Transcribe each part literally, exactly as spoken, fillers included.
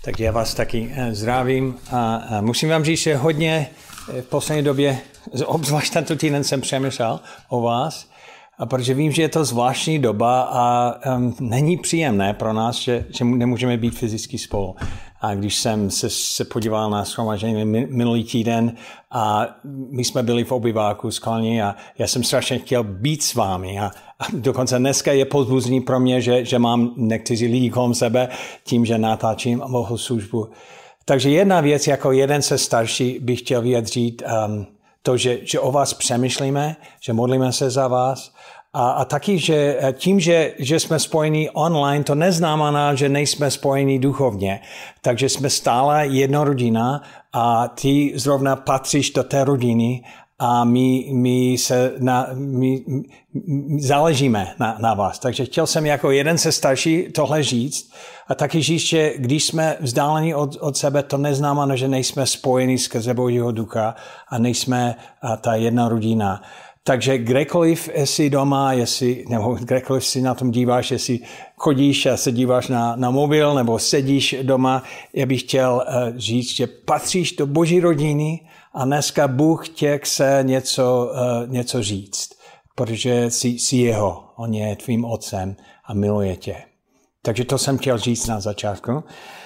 Takže já vás taky zdravím a, a musím vám říct, že hodně v poslední době, obzvlášť tento týden jsem přemýšlel o vás, a protože vím, že je to zvláštní doba a um, není příjemné pro nás, že, že nemůžeme být fyzicky spolu. A když jsem se, se podíval na shromáždění minulý týden a my jsme byli v obyváku skalní a já jsem strašně chtěl být s vámi. A, a dokonce dneska je povzbuzení pro mě, že, že mám někteří lidi kolem sebe tím, že natáčím mohu službu. Takže jedna věc, jako jeden se starší, bych chtěl vyjadřit um, to, že, že o vás přemýšlíme, že modlíme se za vás. A, a taky, že tím, že, že jsme spojení online, to neznamená, že nejsme spojení duchovně. Takže jsme stále jedna rodina a ty zrovna patříš do té rodiny a my, my, se na, my, my záležíme na, na vás. Takže chtěl jsem jako jeden se starší tohle říct a taky říct, že když jsme vzdáleni od, od sebe, to neznamená, že nejsme spojení skrze Božího ducha a nejsme a ta jedna rodina. Takže kdekoliv jsi doma, jestli, nebo kdekoliv si na tom díváš, jestli chodíš a se díváš na, na mobil nebo sedíš doma, já bych chtěl uh, říct, že patříš do Boží rodiny a dneska Bůh tě chce něco, uh, něco říct, protože jsi, jsi jeho, on je tvým otcem a miluje tě. Takže to jsem chtěl říct na začátku.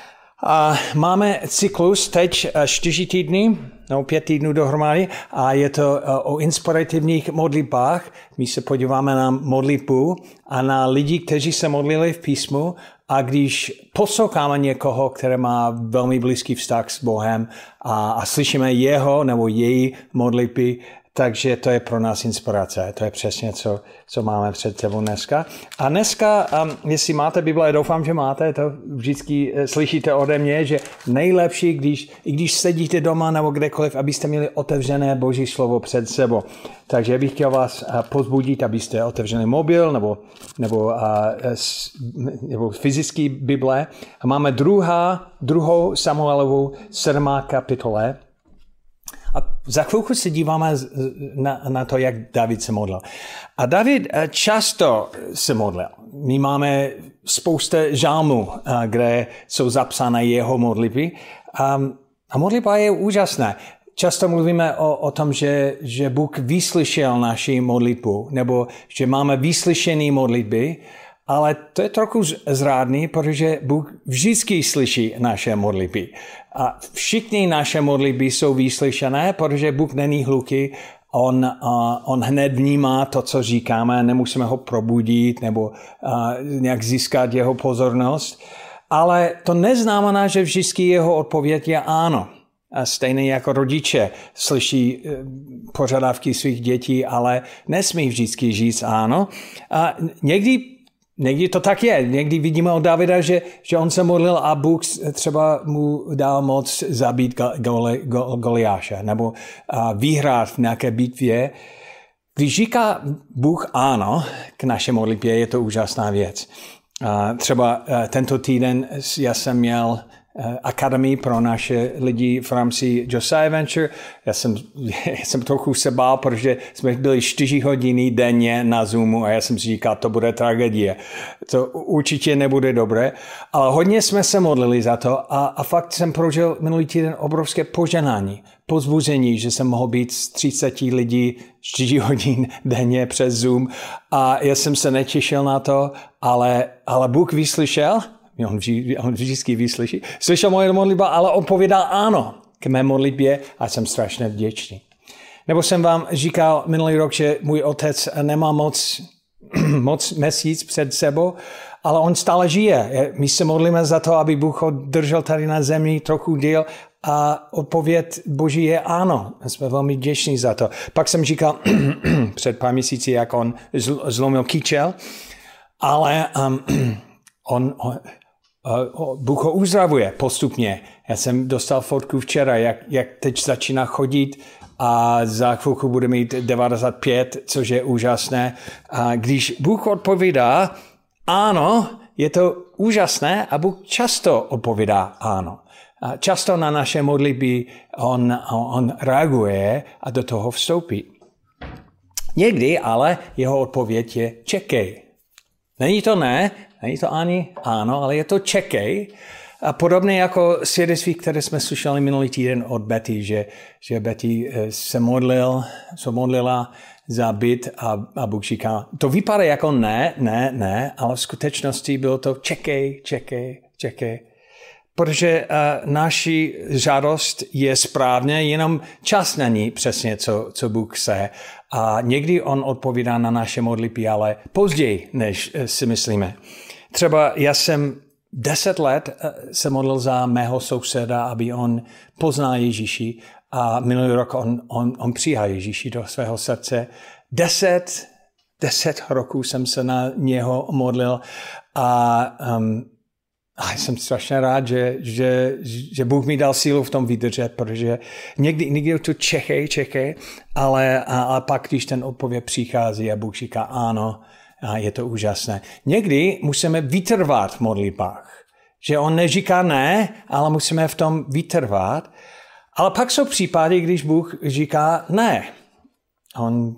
A máme cyklus teď čtyři týdny, no pět týdnů dohromady a je to o inspirativních modlitbách. My se podíváme na modlitbu a na lidi, kteří se modlili v písmu a když posloucháme někoho, který má velmi blízký vztah s Bohem a, a slyšíme jeho nebo její modlitby, takže to je pro nás inspirace. To je přesně, co, co máme před tebou dneska. A dneska, um, jestli máte Bible, doufám, že máte, to vždycky slyšíte ode mě, že nejlepší, když, i když sedíte doma nebo kdekoliv, abyste měli otevřené Boží slovo před sebou. Takže bych chtěl vás pozbudit, abyste otevřeli mobil nebo, nebo, uh, nebo fyzický Bible. A máme druhá, druhou Samuelovu sedmá kapitole. A za chvilku se díváme na, na to, jak David se modlil. A David často se modlil. My máme spoustu žalmů, kde jsou zapsány jeho modlitby. A, a modlitba je úžasná. Často mluvíme o, o tom, že, že Bůh vyslyšel naši modlitbu, nebo že máme vyslyšené modlitby, ale to je trochu zrádný, protože Bůh vždycky slyší naše modlitby. A všichni naše modlitby jsou vyslyšené, protože Bůh není hluký, on, uh, on hned vnímá to, co říkáme, nemusíme ho probudit nebo uh, nějak získat jeho pozornost. Ale to neznamená, že vždycky jeho odpověď je ano. A stejně jako rodiče slyší požadavky svých dětí, ale nesmí vždycky říct ano. A někdy Někdy to tak je. Někdy vidíme od Davida, že, že on se modlil a Bůh třeba mu dal moc zabít Goliáše nebo vyhrát v nějaké bitvě. Když říká Bůh ano k naše modlitbě, je to úžasná věc. Třeba tento týden já jsem měl akademii pro naše lidi v rámci Josiah Venture. Já jsem, já jsem trochu se bál, protože jsme byli čtyři hodiny denně na Zoomu a já jsem si říkal, to bude tragédie. To určitě nebude dobré. Ale hodně jsme se modlili za to a, a fakt jsem prožil minulý týden obrovské poženání, pozbuzení, že jsem mohl být s třiceti lidí čtyři hodin denně přes Zoom a já jsem se netěšil na to, ale, ale Bůh vyslyšel. On, on vždycky vyslyší. Slyšel moje modlitba, ale on povědal ano k mé modlitbě a jsem strašně vděčný. Nebo jsem vám říkal minulý rok, že můj otec nemá moc, moc měsíc před sebou, ale on stále žije. My se modlíme za to, aby Bůh ho držel tady na zemi trochu díl a odpověď Boží je ano. Jsme velmi vděční za to. Pak jsem říkal před pár měsíci, jak on zlomil kyčel, ale um, on... on Bůh ho uzdravuje postupně. Já jsem dostal fotku včera, jak, jak teď začíná chodit a za chvilku bude mít devadesát pět, což je úžasné. A když Bůh odpovídá ano, je to úžasné a Bůh často odpovídá ano. A často na naše modlitby on, on reaguje a do toho vstoupí. Někdy ale jeho odpověď je čekej. Není to ne, není to ani ano, ale je to čekej. A podobně jako svědectví, které jsme slyšeli minulý týden od Betty, že, že Betty se modlil, se modlila za byt a, a Bůh říká, to vypadá jako ne, ne, ne, ale v skutečnosti bylo to čekej, čekej, čekej. Protože uh, naši žádost je správně, jenom čas není přesně, co, co Bůh chce. A někdy on odpovídá na naše modlitby, ale později, než uh, si myslíme. Třeba já jsem deset let uh, se modlil za mého souseda, aby on poznal Ježíši a minulý rok on, on, on přijal Ježíši do svého srdce. Deset, deset roků jsem se na něho modlil a um, A jsem strašně rád, že, že, že Bůh mi dal sílu v tom vydržet, protože někdy, někdy to čekej, čekej, ale a, a pak, když ten odpověď přichází a Bůh říká ano, a je to úžasné. Někdy musíme vytrvat v modlitbách, že on neříká ne, ale musíme v tom vytrvat. Ale pak jsou případy, když Bůh říká ne. On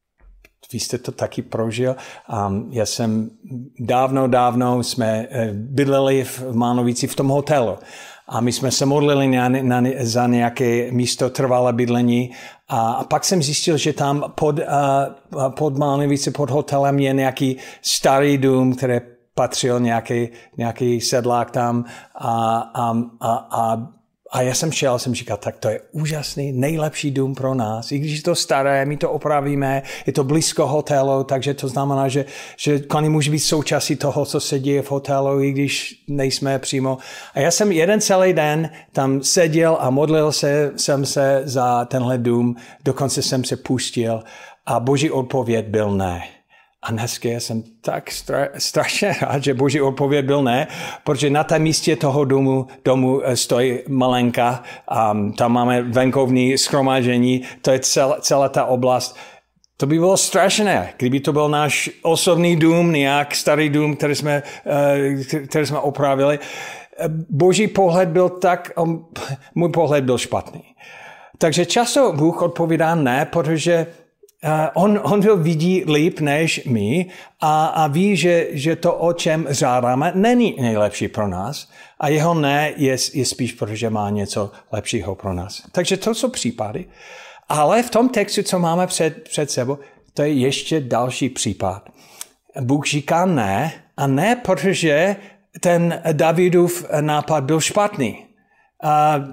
Vy jste to taky prožil. Um, já jsem dávno, dávno jsme bydleli v Mánovici v tom hotelu. A my jsme se modlili na, na, za nějaké místo trvalé bydlení. A, a pak jsem zjistil, že tam pod, uh, pod Mánovici, pod hotelem je nějaký starý dům, který patřil nějaký, nějaký sedlák tam. A, a, a, a A já jsem šel, jsem říkal, tak to je úžasný, nejlepší dům pro nás. I když je to staré, my to opravíme, je to blízko hotelu, takže to znamená, že, že koně může být součástí toho, co se děje v hotelu, i když nejsme přímo. A já jsem jeden celý den tam seděl a modlil se, jsem se za tenhle dům, dokonce jsem se pustil a Boží odpověď byl ne. A dneska jsem tak stra- strašně rád, že Boží odpověď byl ne, protože na tom místě toho domu, domu stojí malenka, a tam máme venkovní shromáždění, to je celá, celá ta oblast. To by bylo strašné, kdyby to byl náš osobní dům, nějak starý dům, který jsme, který jsme opravili. Boží pohled byl tak, můj pohled byl špatný. Takže často Bůh odpovídá ne, protože Uh, on, on ho vidí líp než my a, a ví, že, že to, o čem žádáme, není nejlepší pro nás a jeho ne je, je spíš, protože má něco lepšího pro nás. Takže to jsou případy. Ale v tom textu, co máme před, před sebou, to je ještě další případ. Bůh říká ne a ne, protože ten Davidův nápad byl špatný. Uh,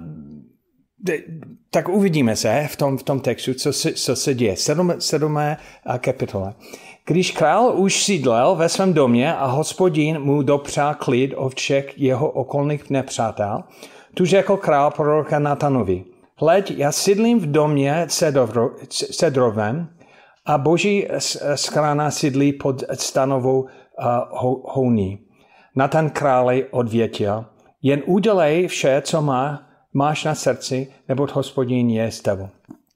Tak uvidíme se v tom, v tom textu, co se, co se děje. Sedm, sedmé kapitole. Když král už sídlel ve svém domě a Hospodin mu dopřál klid od všech jeho okolních nepřátel, tu řekl král proroka Natanovi. Hleď, já sídlím v domě cedro, cedrovém a Boží schrána sídlí pod stanovou uh, houní. Natan králi odvětil, jen udělej vše, co má máš na srdci, neboť Hospodin je s tebou.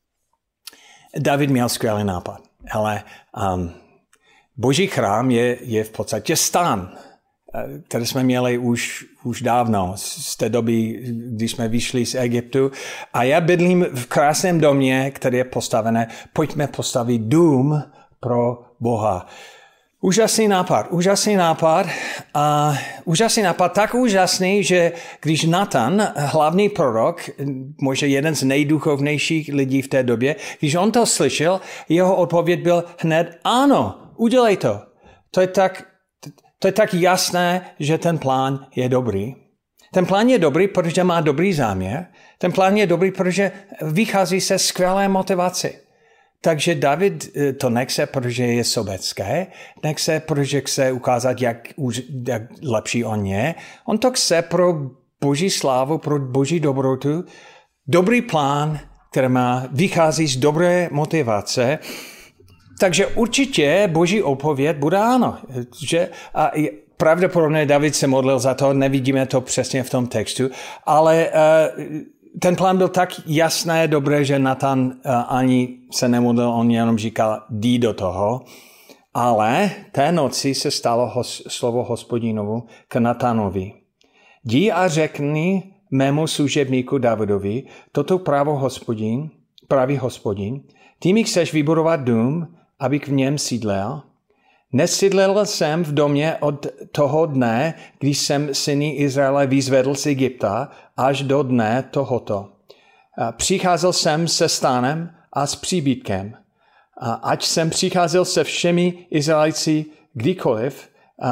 David měl skvělý nápad, ale um, Boží chrám je, je v podstatě stán, který jsme měli už, už dávno, z té doby, když jsme vyšli z Egyptu. A já bydlím v krásném domě, který je postavené. Pojďme postavit dům pro Boha. Úžasný nápad, úžasný nápad a úžasný nápad, tak úžasný, že když Natan, hlavní prorok, možná jeden z nejduchovnějších lidí v té době, když on to slyšel, jeho odpověď byl hned ano, udělej to. To je tak, to je tak jasné, že ten plán je dobrý. Ten plán je dobrý, protože má dobrý záměr. Ten plán je dobrý, protože vychází se skvělé motivaci. Takže David to nechce, protože je sobecké, nechce, protože chce ukázat, jak, jak lepší on je. On to chce pro Boží slávu, pro Boží dobrotu. Dobrý plán, který má, vychází z dobré motivace. Takže určitě Boží odpověď bude ano. Že, a pravděpodobně David se modlil za to, nevidíme to přesně v tom textu, ale uh, ten plán byl tak jasné, dobré, že Natan uh, ani se nemodlil, on jenom říkal, jdi do toho. Ale té noci se stalo hos, slovo Hospodinovu k Natanovi. Jdi a řekni mému služebníku Davidovi, toto právo Hospodin, pravý Hospodin, ty mi chceš vybudovat dům, abych v něm sídlel. Nesydlel jsem v domě od toho dne, když jsem syny Izraele vyzvedl z Egypta, až do dne tohoto. Přicházel jsem se stánem a s příbytkem. Ať jsem přicházel se všemi Izraelci kdykoliv,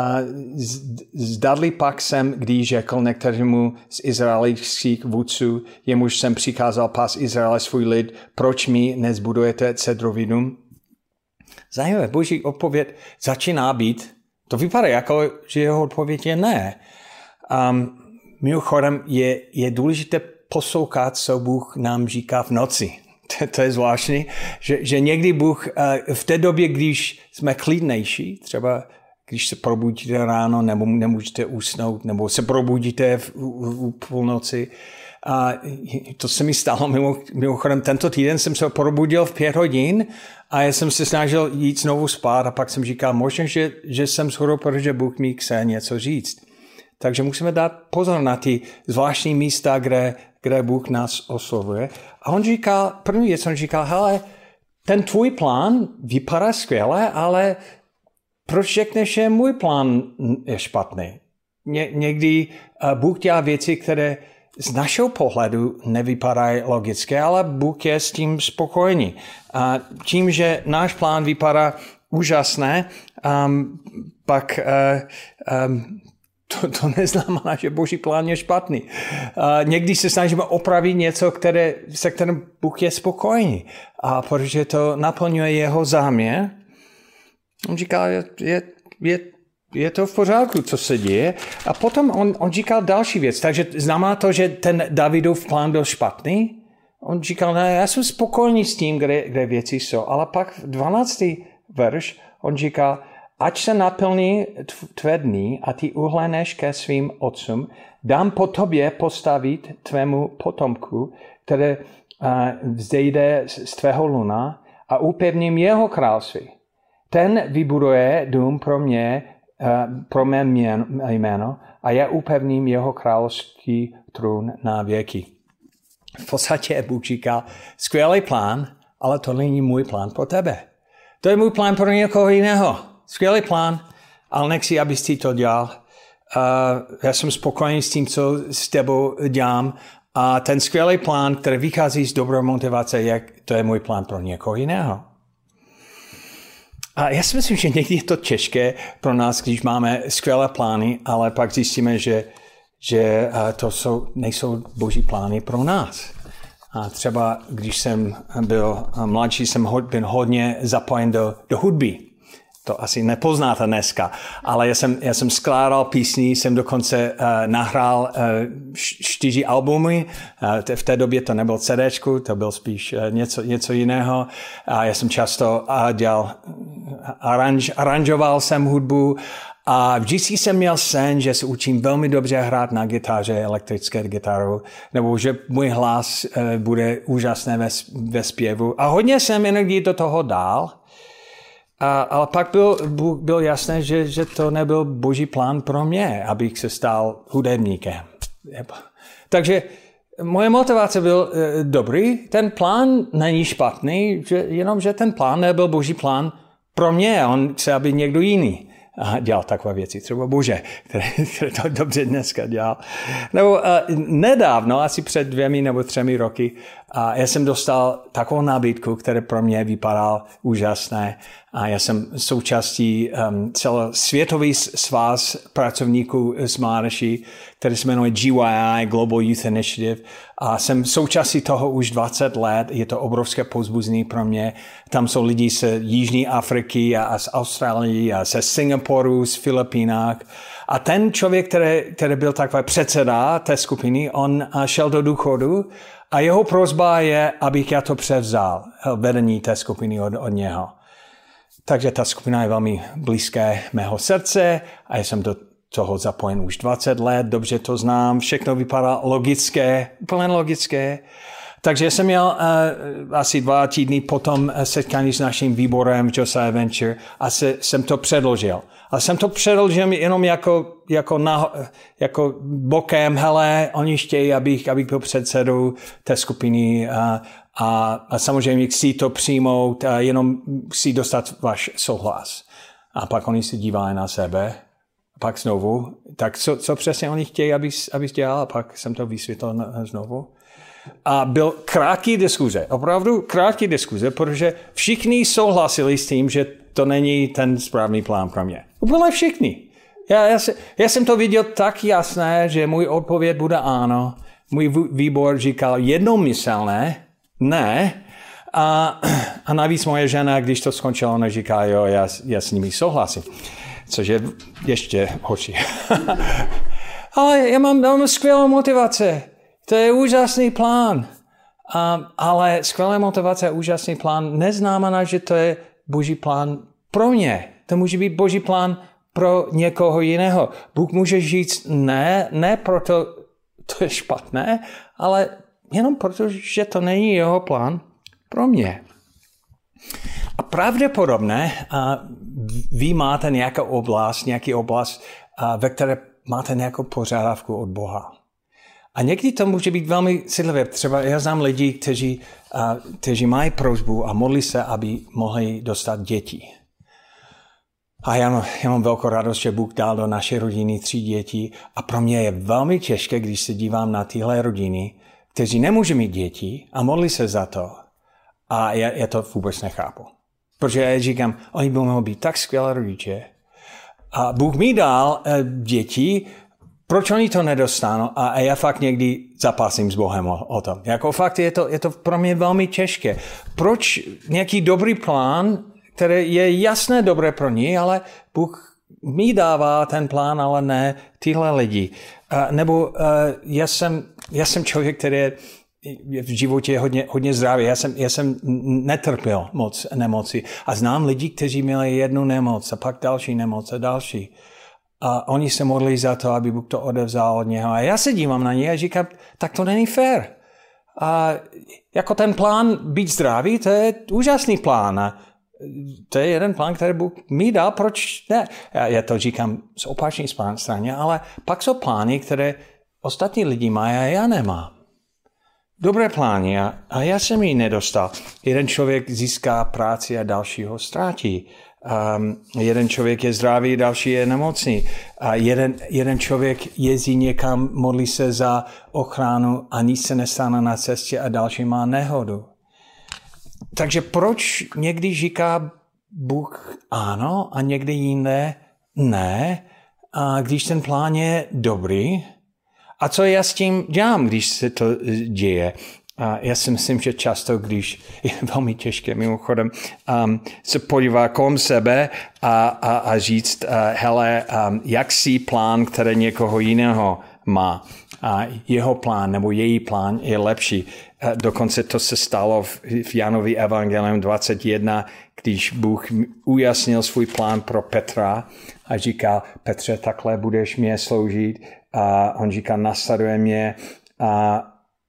zdadli pak jsem, když řekl některému z izraelských vůdců, jemuž jsem přikázal pas Izraele svůj lid, proč mi nezbudujete cedrový dům? Zajímavé, boží odpověď začíná být, to vypadá jako, že jeho odpověď je ne. Um, mimochodem je, je důležité poslouchat, co Bůh nám říká v noci. To, to je zvláštní, že, že někdy Bůh uh, v té době, když jsme klidnější, třeba když se probudíte ráno, nebo nemůžete usnout, nebo se probudíte v, v, v půlnoci. A to se mi stalo, mimo, mimochodem tento týden jsem se probudil v pět hodin a já jsem se snažil jít znovu spát a pak jsem říkal, možná, že, že jsem shodou, protože Bůh mi chce něco říct. Takže musíme dát pozor na ty zvláštní místa, kde, kde Bůh nás oslovuje. A on říkal, první věc, on říkal, hele, ten tvůj plán vypadá skvěle, ale proč řekneš, že můj plán je špatný? Ně, někdy Bůh dělá věci, které z našeho pohledu nevypadají logické, ale Bůh je s tím spokojený. A tím, že náš plán vypadá úžasné, um, pak uh, um, to, to neznamená, že Boží plán je špatný. Uh, někdy se snažíme opravit něco, které, se kterým Bůh je spokojený. A protože to naplňuje jeho záměr, on říká, je, je, je, je to v pořádku, co se děje. A potom on, on říkal další věc. Takže znamená to, že ten Davidův plán byl špatný? On říkal, ne, já jsem spokojený s tím, kde, kde věci jsou. Ale pak v dvanáctý verš on říkal, ať se naplní tvé dny a ty uhléneš ke svým otcům, dám po tobě postavit tvému potomku, které uh, vzejde z tvého luna a upevním jeho království. Ten vybuduje dům pro mě, uh, pro mé jméno a já upevním jeho královský trůn na věky. V podstatě Bůh říká, skvělý plán, ale to není můj plán pro tebe. To je můj plán pro někoho jiného. Skvělý plán, ale nechci, abys ty to dělal. Uh, já jsem spokojený s tím, co s tebou dělám. A ten skvělý plán, který vychází z dobré motivace, jak to je můj plán pro někoho jiného. A já si myslím, že někdy je to těžké pro nás, když máme skvělé plány, ale pak zjistíme, že, že to jsou, nejsou boží plány pro nás. A třeba když jsem byl mladší, jsem byl hodně zapojen do, do hudby. To asi nepoznáte dneska, ale já jsem, já jsem skládal písní, jsem dokonce uh, nahrál uh, čtyři albumy. Uh, v té době to nebyl CDčku, to byl spíš uh, něco, něco jiného. A já jsem často uh, dělal, aranž, aranžoval jsem hudbu a vždycky jsem měl sen, že se učím velmi dobře hrát na gitáře, elektrické gitaru, nebo že můj hlas uh, bude úžasný ve, ve zpěvu. A hodně jsem energii do toho dal. A, ale pak byl, byl jasné, že, že to nebyl boží plán pro mě, abych se stal hudebníkem. Takže moje motivace byl e, dobrý, ten plán není špatný, že, jenom že ten plán nebyl boží plán pro mě, on chce, aby někdo jiný dělal takové věci, třeba Bože, který, který to dobře dneska dělal. Nebo uh, nedávno, asi před dvěmi nebo třemi roky, uh, já jsem dostal takovou nabídku, která pro mě vypadala úžasné. A já jsem součástí um, celosvětový svaz pracovníků z mládeží, který se jmenuje G Y I, Global Youth Initiative. A jsem součástí toho už dvacet let. Je to obrovské povzbuzení pro mě. Tam jsou lidi z Jižní Afriky a z Austrálie a ze Singapuru, z Filipínách. A ten člověk, který, který byl takový předseda té skupiny, on šel do důchodu a jeho prosba je, abych já to převzal, vedení té skupiny od, od něho. Takže ta skupina je velmi blízké mého srdce a já jsem do toho zapojen už dvacet let, dobře to znám, všechno vypadá logické, úplně logické. Takže jsem měl uh, asi dva týdny potom setkání s naším výborem Josiah Venture a se, jsem to předložil. Ale jsem to předložil jenom jako, jako, na, jako bokem, hele, oni chtějí, abych, abych byl předsedou té skupiny a, a, a samozřejmě chci to přijmout a jenom chci dostat váš souhlas. A pak oni se dívají na sebe. A pak znovu. Tak co, co přesně oni chtějí, abys, abys dělal? A pak jsem to vysvětlil znovu. A byl krátký diskuze. Opravdu krátký diskuze, protože všichni souhlasili s tím, že to není ten správný plán pro mě. Úplně všichni. Já, já, se, já jsem to viděl tak jasné, že můj odpověď bude ano. Můj výbor říkal jednomyslné, ne. A, a navíc moje žena, když to skončilo, ona říká, jo, já, já s nimi souhlasím. Což je ještě horší. Ale já mám, mám skvělou motivaci. To je úžasný plán. Um, ale skvělá motivace a úžasný plán neznamená, že to je Boží plán pro mě. To může být Boží plán pro někoho jiného. Bůh může říct ne, ne proto, to je špatné, ale jenom proto, že to není jeho plán pro mě. A pravděpodobně a vy máte nějakou oblast, nějaký oblast, a ve které máte nějakou požadavku od Boha. A někdy to může být velmi citlivé. Třeba já znám lidi, kteří, a, kteří mají prosbu a modlí se, aby mohli dostat děti. A já, já mám velkou radost, že Bůh dal do naší rodiny tři děti. A pro mě je velmi těžké, když se dívám na tyhle rodiny, kteří nemůžou mít děti a modlí se za to. A já, já to vůbec nechápu. Protože já říkám, oni by mohli být tak skvělé rodiče. A Bůh mi dal e, děti, proč oni to nedostanou? A já fakt někdy zapásím s Bohem o, o tom. Jako fakt je to, je to pro mě velmi těžké. Proč nějaký dobrý plán, který je jasné dobré pro ní, ale Bůh mi dává ten plán, ale ne tyhle lidi. Uh, nebo uh, já, jsem, já jsem člověk, který je v životě hodně, hodně zdravý. Já jsem, já jsem netrpěl moc nemoci. A znám lidi, kteří měli jednu nemoc a pak další nemoc a další. A oni se modlí za to, aby Bůh to odevzal od něho. A já se dívám na ně a říkám, tak to není fér. A jako ten plán být zdravý, to je úžasný plán. A to je jeden plán, který Bůh mi dal, proč ne? Já, já to říkám z opačné strany, ale pak jsou plány, které ostatní lidi mají a já nemám. Dobré plány a, a já jsem ji nedostal. Jeden člověk získá práci a dalšího ztrátí. Um, jeden člověk je zdravý, další je nemocný. A jeden, jeden člověk jezdí někam, modlí se za ochranu a nic se nestane na cestě a další má nehodu. Takže proč někdy říká Bůh ano a někdy jiné ne, a když ten plán je dobrý? A co já s tím dělám, když se to děje? A já si myslím, že často, když je velmi těžké mimochodem, um, se podívá kolem sebe a, a, a říct, uh, hele, um, jak si plán, který někoho jiného má. A jeho plán nebo její plán je lepší. Uh, dokonce to se stalo v, v Janovi evangelium dvacet jedna, když Bůh ujasnil svůj plán pro Petra a říkal, Petře, takhle budeš mě sloužit. A on říká, nasleduje mě. A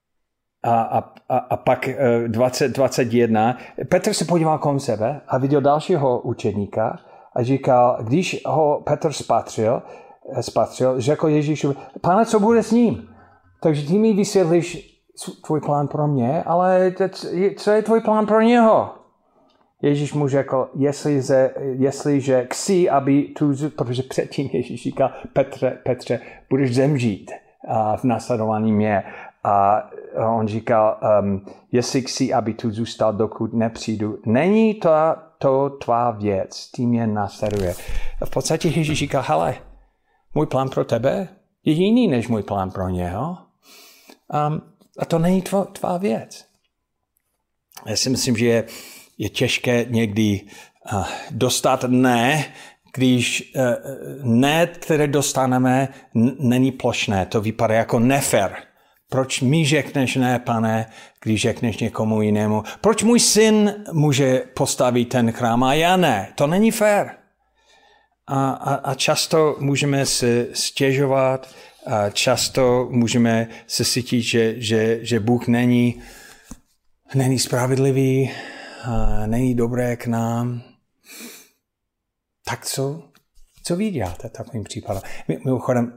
A, a, a, a pak dvacet, dvacet jedna. Petr se podíval kolem sebe a viděl dalšího učedníka a říkal, když ho Petr spatřil, spatřil řekl Ježíšovi, Pane, co bude s ním? Takže ty mi vysvětlíš tvůj plán pro mě, ale co je tvůj plán pro něho? Ježíš mu řekl, jestliže, jestliže chci, aby tu, protože předtím Ježíš říkal, Petře, Petře, budeš zemřít v následování mě. A on říkal, um, jestli chci, aby tu zůstal, dokud nepřijdu. Není to, to tvá věc, tím je následuje. V podstatě Ježíš říkal, hele, můj plán pro tebe je jiný než můj plán pro něho. Um, a to není tvá, tvá věc. Já si myslím, že je, je těžké někdy uh, dostat ne, když uh, ne, které dostaneme, n- není plošné. To vypadá jako nefér. Proč mi řekneš ne, Pane, když řekneš někomu jinému? Proč můj syn může postavit ten chrám a já ne? To není fér. A, a, a často můžeme se stěžovat, a často můžeme se cítit, že, že, že Bůh není, není spravedlivý, a není dobré k nám. Tak co, co vy děláte takovým případem? Mimochodem,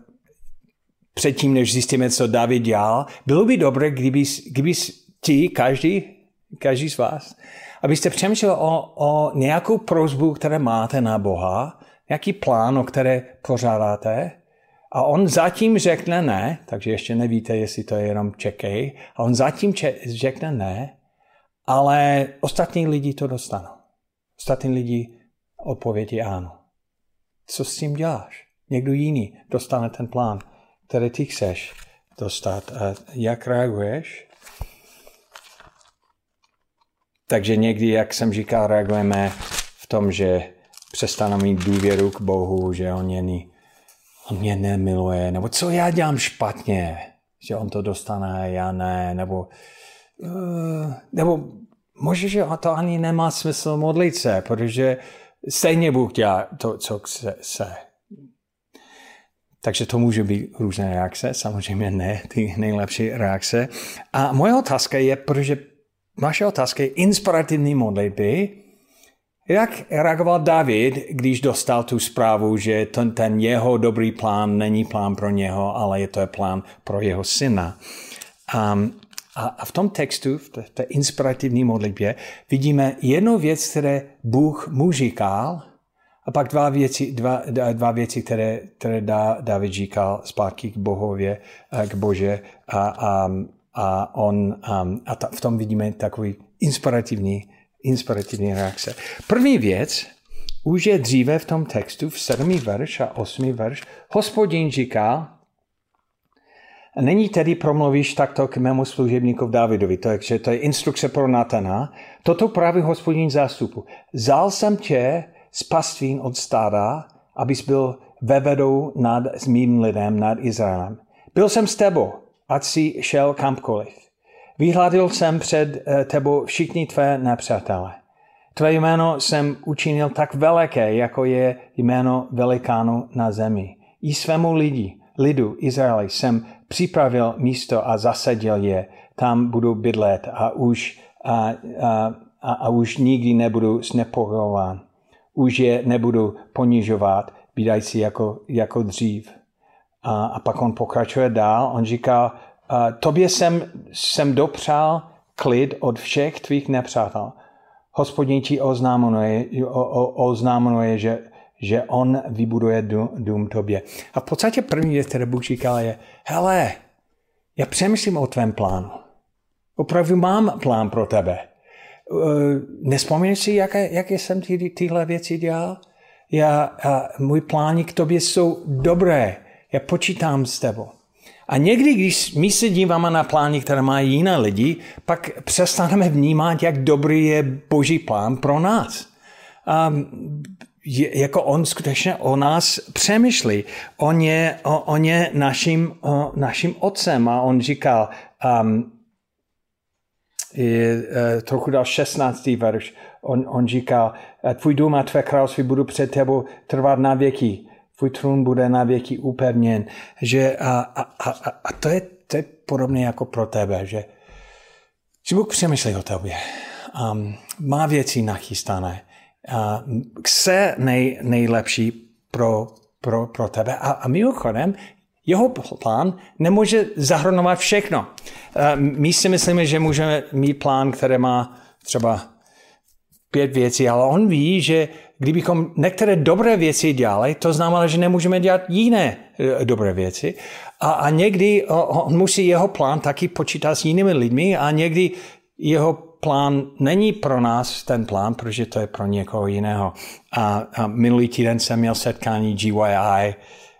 předtím, než zjistíme, co David dělal, bylo by dobré, kdyby, kdyby ti, každý, každý z vás, abyste přemýšleli o, o nějakou prosbu, které máte na Boha, nějaký plán, o které pořádáte, a on zatím řekne ne, takže ještě nevíte, jestli to je jenom čekej, a on zatím če- řekne ne, ale ostatní lidi to dostanou. Ostatní lidi odpovědí ano. Co s tím děláš? Někdo jiný dostane ten plán, který ty chceš dostat. A jak reaguješ? Takže někdy, jak jsem říkal, reagujeme v tom, že přestaneme mít důvěru k Bohu, že on mě, on mě nemiluje, nebo co já dělám špatně, že on to dostane a já ne, nebo, uh, nebo možná, že to ani nemá smysl modlit se, protože stejně Bůh dělá to, co chce se. Takže to může být různé reakce, samozřejmě ne ty nejlepší reakce. A moje otázka je, protože naše otázka je inspirativní modlitby. Jak reagoval David, když dostal tu zprávu, že ten, ten jeho dobrý plán není plán pro něho, ale je to je plán pro jeho syna. Um, a, a v tom textu, v té, té inspirativní modlitbě, vidíme jednu věc, které Bůh mu říkal, a pak dva věci, dva, dva věci které, které David říkal zpátky k Bohově, k Bože. A, a, a, on, um, a ta, v tom vidíme takový inspirativní inspirativní reakce. První věc, už je dříve v tom textu, v sedmý verš a osmý verš, Hospodin říká, není tedy promluvíš takto k mému služebníku Davidovi, to je, že to je instrukce pro Natana, toto praví Hospodin zástupu. Vzal jsem tě z pastvín od stáda, abys byl vevedou nad mým lidem, nad Izraelem. Byl jsem s tebou, ať si šel kamkoliv. Vyhladil jsem před tebou všichni tvé nepřátele. Tvé jméno jsem učinil tak veliké, jako je jméno velikánu na zemi. I svému lidi, lidu Izraeli jsem připravil místo a zasadil je. Tam budu bydlet a už, a, a, a, a už nikdy nebudu znepokojován. Už je nebudu ponižovat, bídající jako, jako dřív. A, a pak on pokračuje dál. On říká, Uh, tobě jsem, jsem dopřál klid od všech tvých nepřátel. Hospodin ti oznámuje, oznámuje že, že on vybuduje dům, dům tobě. A v podstatě první věc, které Bůh říkal, je, hele, já přemýšlím o tvém plánu. Opravdu mám plán pro tebe. Uh, nespomínáš si, jaké, jaké jsem ty, tyhle věci dělal? Já, uh, můj plány k tobě jsou dobré. Já počítám s tebou. A někdy, když my se díváme na plány, které mají jiné lidi, pak přestaneme vnímat, jak dobrý je Boží plán pro nás. Um, je, jako on skutečně o nás přemýšlí. On je, o, on je naším, o, naším otcem a on říkal, um, je, uh, trochu dal šestnáctý verš, on, on říkal, tvůj dům a tvé království budu před tebou trvat na věky. Tvůj trůn bude na věky upevněn. Že a, a, a, a to, je, to je podobné jako pro tebe, že, že Bůh přemýšlí o tobě. Um, má věci nachystané. Uh, chce nej, nejlepší pro, pro, pro tebe. A, a mimochodem, jeho plán nemůže zahrnovat všechno. Uh, my si myslíme, že můžeme mít plán, který má třeba pět věcí, ale on ví, že kdybychom některé dobré věci dělali, to znamená, že nemůžeme dělat jiné dobré věci. A, a někdy on musí jeho plán taky počítat s jinými lidmi a někdy jeho plán není pro nás ten plán, protože to je pro někoho jiného. A, a minulý týden jsem měl setkání G Y I,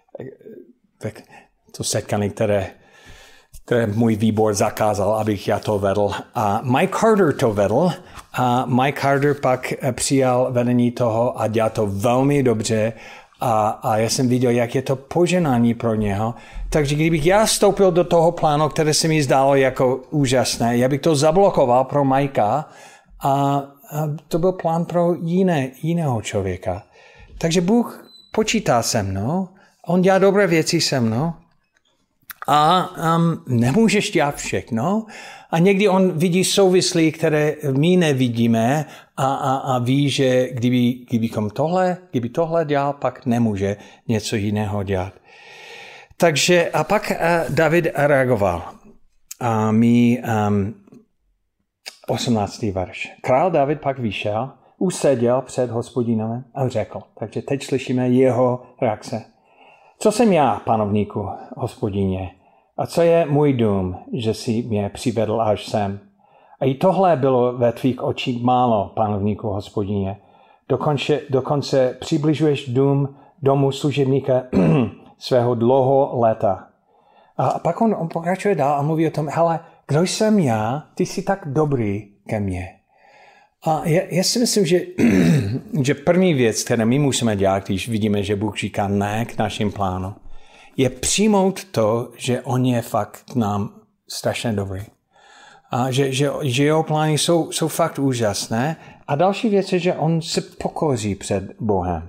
to setkání, které, které můj výbor zakázal, abych já to vedl. A Mike Carter to vedl. A Mike Carter pak přijal vedení toho a dělal to velmi dobře. A, a já jsem viděl, jak je to poženání pro něho. Takže kdybych já vstoupil do toho plánu, které se mi zdálo jako úžasné, já bych to zablokoval pro Mikea a, a to byl plán pro jiné, jiného člověka. Takže Bůh počítá se mnou, on dělá dobré věci se mnou a um, nemůžeš dělat všechno. A někdy on vidí souvislí, které my nevidíme a, a, a ví, že kdyby, kdybychom tohle, kdyby tohle dělal, pak nemůže něco jiného dělat. Takže a pak uh, David reagoval. A my, um, osmnáctý verš. Král David pak vyšel, useděl před Hospodinem a řekl. Takže teď slyšíme jeho reakce. Co jsem já, panovníku, Hospodině? A co je můj dům, že jsi mě přivedl až sem? A i tohle bylo ve tvých očích málo, panovníku, Hospodině. Dokonce, dokonce přibližuješ dům domu služebníka svého dlouho léta. A pak on, on pokračuje dál a mluví o tom, hele, kdo jsem já, ty jsi tak dobrý ke mně. A já, já si myslím, že, že první věc, kterou my musíme dělat, když vidíme, že Bůh říká ne k našim plánu, je přijmout to, že on je fakt nám strašně dobrý. A že, že, že jeho plány jsou, jsou fakt úžasné. A další věc je, že on se pokoří před Bohem.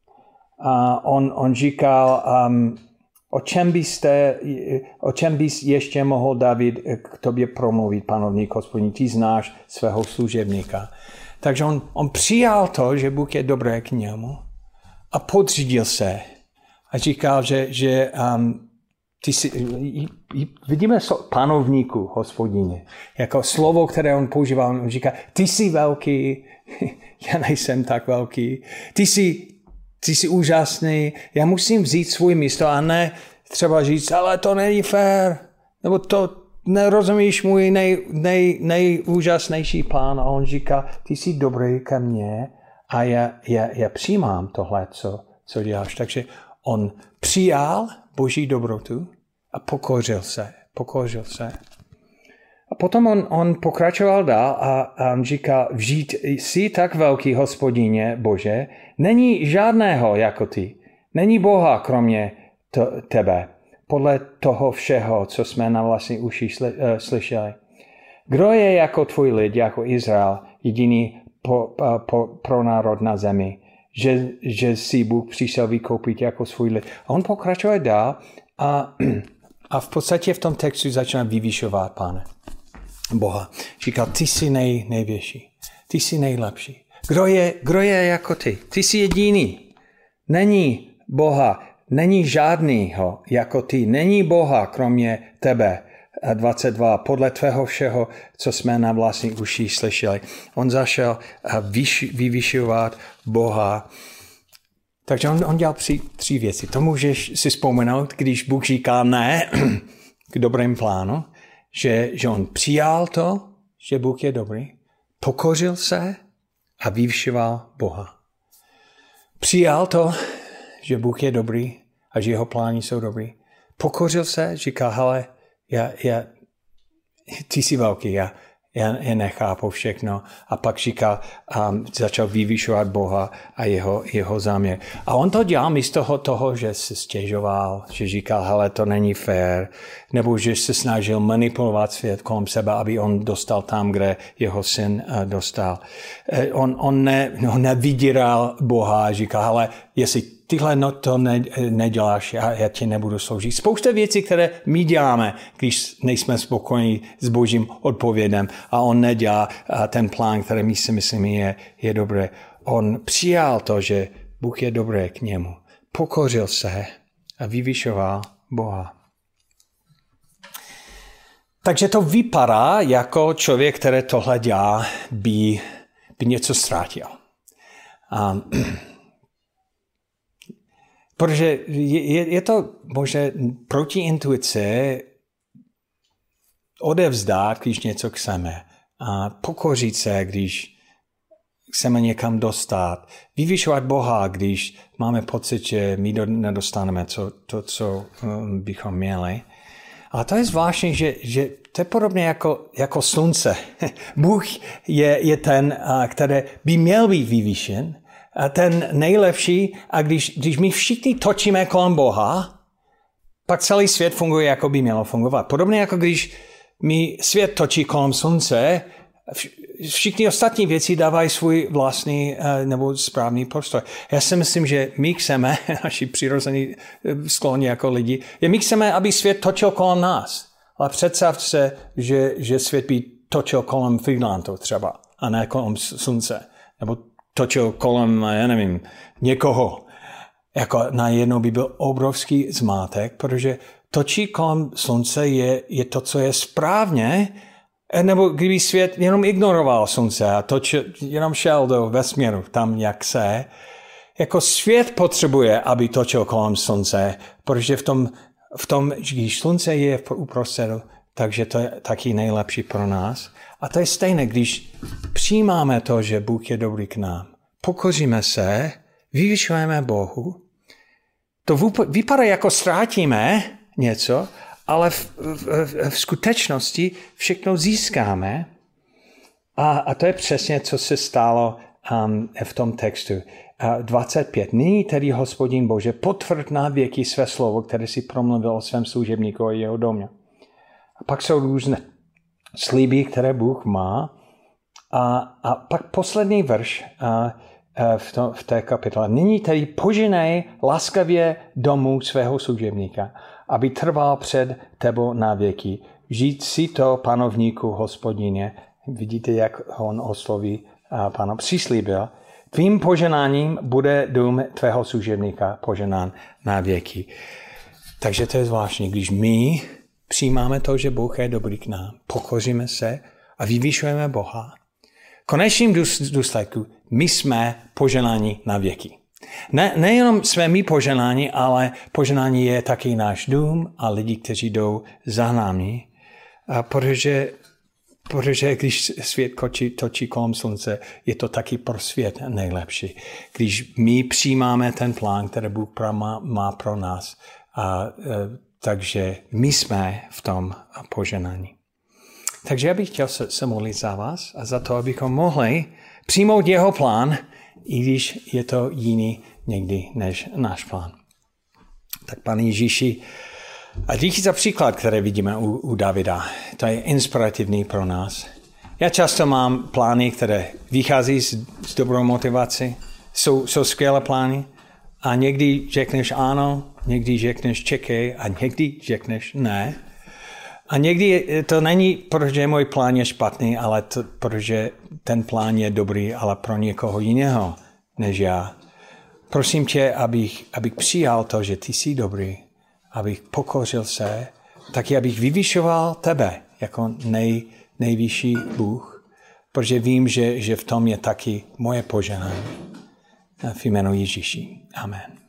A on, on říkal, um, o čem byste, o čem bys ještě mohl David k tobě promluvit, panovník Hospodin, ty znáš svého služebníka. Takže on, on přijal to, že Bůh je dobrý k němu a podřídil se. A říkal, že, že um, ty jsi, vidíme panovníku, Hospodině, jako slovo, které on používá, on říká, ty jsi velký, já nejsem tak velký, ty jsi, ty jsi úžasný, já musím vzít svůj místo a ne třeba říct, ale to není fér, nebo to nerozumíš můj nej, nej, nejúžasnější plán. A on říká, ty jsi dobrý ke mně a já, já, já přijímám tohle, co, co děláš. Takže on přijal Boží dobrotu a pokořil se. Pokořil se. A potom on, on pokračoval dál a, a on říká, vždyť jsi tak velký, Hospodině Bože, není žádného jako ty. Není Boha kromě to, tebe. Podle toho všeho, co jsme na vlastní uši sly, uh, slyšeli. Kdo je jako tvůj lid, jako Izrael, jediný po, uh, po, pro národ na zemi, že, že si Bůh přišel vykoupit jako svůj lid. A on pokračuje dál a, a v podstatě v tom textu začíná vyvyšovat Páne Boha. Říkal, ty jsi nej, největší, ty jsi nejlepší. Kdo je, kdo je jako ty? Ty jsi jediný. Není Boha, není žádnýho jako ty. Není Boha kromě tebe. A dvacet dva. Podle tvého všeho, co jsme na vlastní uši slyšeli. On zašel vyvyšovat Boha. Takže on, on dělal tři, tři věci. To můžeš si vzpomenout, když Bůh říká ne k dobrým plánu, že, že on přijal to, že Bůh je dobrý, pokořil se a vyvyšoval Boha. Přijal to, že Bůh je dobrý a že jeho plány jsou dobrý. Pokořil se, říká, hele, já, já, ty jsi velký, já, já, já nechápu všechno. A pak říká, um, začal vyvyšovat Boha a jeho, jeho záměr. A on to dělal místo toho, že se stěžoval, že říkal, hele, to není fér, nebo že se snažil manipulovat svět kolem sebe, aby on dostal tam, kde jeho syn uh, dostal. Uh, on, on, ne, on nevydíral Boha a říkal, hele, jestli tyhle no to ne, neděláš, já, já tě nebudu sloužit. Spousta věcí, které my děláme, když nejsme spokojení s Božím odpovědem a on nedělá ten plán, který my si myslíme je, je dobré. On přijal to, že Bůh je dobrý k němu. Pokořil se a vyvyšoval Boha. Takže to vypadá jako člověk, který tohle dělá, by, by něco ztratil. Um, Protože je, je to možná proti intuici odevzdát, když něco chceme. A pokořit se, když chceme někam dostat. Vyvyšovat Boha, když máme pocit, že my nedostaneme to, to co bychom měli. A to je zvláštní, že, že to je podobně jako, jako slunce. Bůh je, je ten, který by měl být vyvýšen, a ten nejlepší, a když, když my všichni točíme kolem Boha, pak celý svět funguje, jako by mělo fungovat. Podobně jako když mi svět točí kolem slunce, všichni ostatní věci dávají svůj vlastní nebo správný postoj. Já si myslím, že my chceme, naši přirozený sklony jako lidi, je my chceme, aby svět točil kolem nás. Ale představ se, že, že svět by točil kolem Finlandu třeba, a ne kolem slunce. Nebo točil kolem, já nevím, někoho. Jako najednou by byl obrovský zmátek, protože točí kolem slunce je, je to, co je správně, Nebo kdyby svět jenom ignoroval slunce a točil, jenom šel do vesmíru, tam jak se, jako svět potřebuje, aby točil kolem slunce, protože v tom, v tom když slunce je uprostřed, takže to je taky nejlepší pro nás. A to je stejné, když přijímáme to, že Bůh je dobrý k nám. Pokoříme se, vyvyšujeme Bohu. To vypadá jako ztrátíme něco, ale v, v, v skutečnosti všechno získáme. A, a to je přesně, co se stalo um, v tom textu. Uh, dvacet pět. Nyní tedy Hospodin Bože, potvrd na věky své slovo, které si promluvil o svém služebníku a jeho domě. A pak jsou různé slíby, které Bůh má. A, a pak poslední verš uh, v, to, v té kapitole. Nyní tedy poženej laskavě domů svého služebníka, aby trval před tebou na věky. Žít si to, panovníku, Hospodině. Vidíte, jak on osloví a Pána přislíbil. Tvým poženáním bude dům tvého služebníka poženán na věky. Takže to je zvláštní, když my přijímáme to, že Bůh je dobrý k nám, pokoříme se a vyvyšujeme Boha. Konečným důsledku, my jsme poženáni na věky. Ne, nejenom jsme my poženáni, ale poženání je taky náš dům a lidi, kteří jdou za námi. A protože, protože když svět točí, točí kolem slunce, je to taky pro svět nejlepší. Když my přijímáme ten plán, který Bůh má, má pro nás, a, a, takže my jsme v tom poženání. Takže já bych chtěl se, se modlit za vás a za to, abychom mohli přijmout jeho plán, i když je to jiný někdy než náš plán. Tak Pane Ježíši, a díky za příklad, který vidíme u, u Davida. To je inspirativní pro nás. Já často mám plány, které vychází z, z dobrou motivací. Jsou, jsou skvělé plány. A někdy řekneš ano, někdy řekneš čekej a někdy řekneš ne. A někdy to není, protože můj plán je špatný, ale to, protože ten plán je dobrý, ale pro někoho jiného než já. Prosím tě, abych, abych přijal to, že ty jsi dobrý, abych pokořil se, taky abych vyvyšoval tebe jako nej, nejvyšší Bůh, protože vím, že, že v tom je taky moje poženání. V jménu Ježíši. Amen.